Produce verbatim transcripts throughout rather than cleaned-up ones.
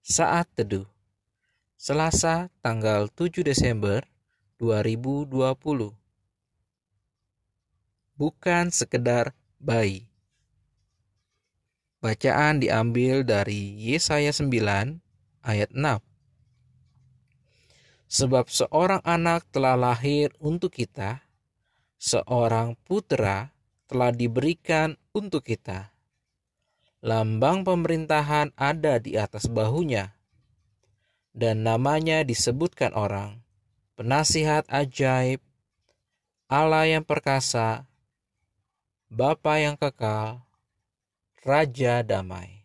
Saat Teduh, Selasa tanggal tujuh Desember dua ribu dua puluh. Bukan sekedar bayi. Bacaan diambil dari Yesaya sembilan ayat enam. Sebab seorang anak telah lahir untuk kita, seorang putra telah diberikan untuk kita. Lambang pemerintahan ada di atas bahunya, dan namanya disebutkan orang, Penasihat Ajaib, Allah yang perkasa, Bapa yang kekal, Raja Damai.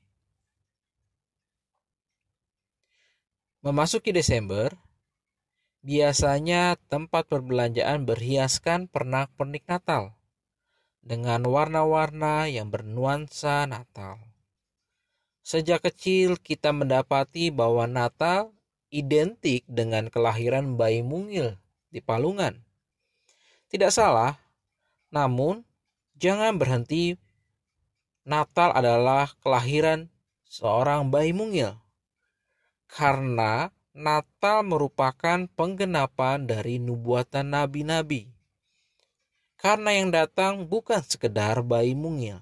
Memasuki Desember, biasanya tempat perbelanjaan berhiaskan pernak-pernik Natal dengan warna-warna yang bernuansa Natal. Sejak kecil kita mendapati bahwa Natal identik dengan kelahiran bayi mungil di palungan. Tidak salah, namun jangan berhenti. Natal adalah kelahiran seorang bayi mungil, karena Natal merupakan penggenapan dari nubuatan nabi-nabi. Karena yang datang bukan sekedar bayi mungil,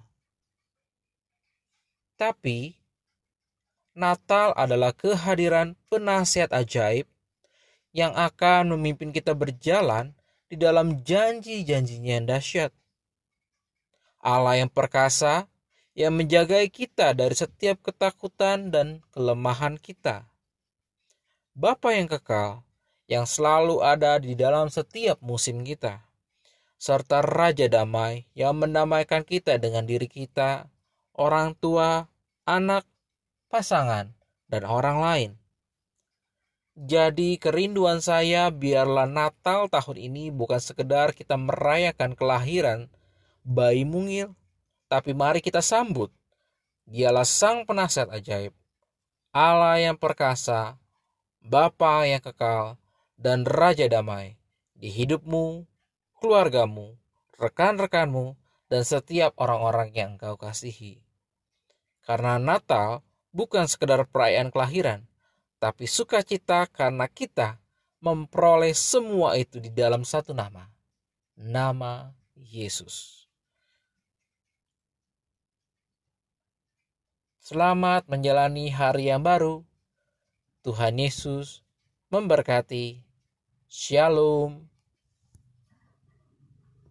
tapi Natal adalah kehadiran penasihat ajaib yang akan memimpin kita berjalan di dalam janji-janjinya yang dahsyat. Allah yang perkasa yang menjagai kita dari setiap ketakutan dan kelemahan kita. Bapa yang kekal yang selalu ada di dalam setiap musim kita. Serta Raja Damai yang mendamaikan kita dengan diri kita, orang tua, anak, pasangan, dan orang lain. Jadi kerinduan saya biarlah Natal tahun ini bukan sekedar kita merayakan kelahiran bayi mungil, tapi mari kita sambut. Dialah Sang Penasihat Ajaib, Allah yang perkasa, Bapa yang kekal, dan Raja Damai di hidupmu, keluargamu, rekan-rekanmu, dan setiap orang-orang yang engkau kasihi. Karena Natal bukan sekedar perayaan kelahiran, tapi sukacita karena kita memperoleh semua itu di dalam satu nama, nama Yesus. Selamat menjalani hari yang baru. Tuhan Yesus memberkati. Shalom.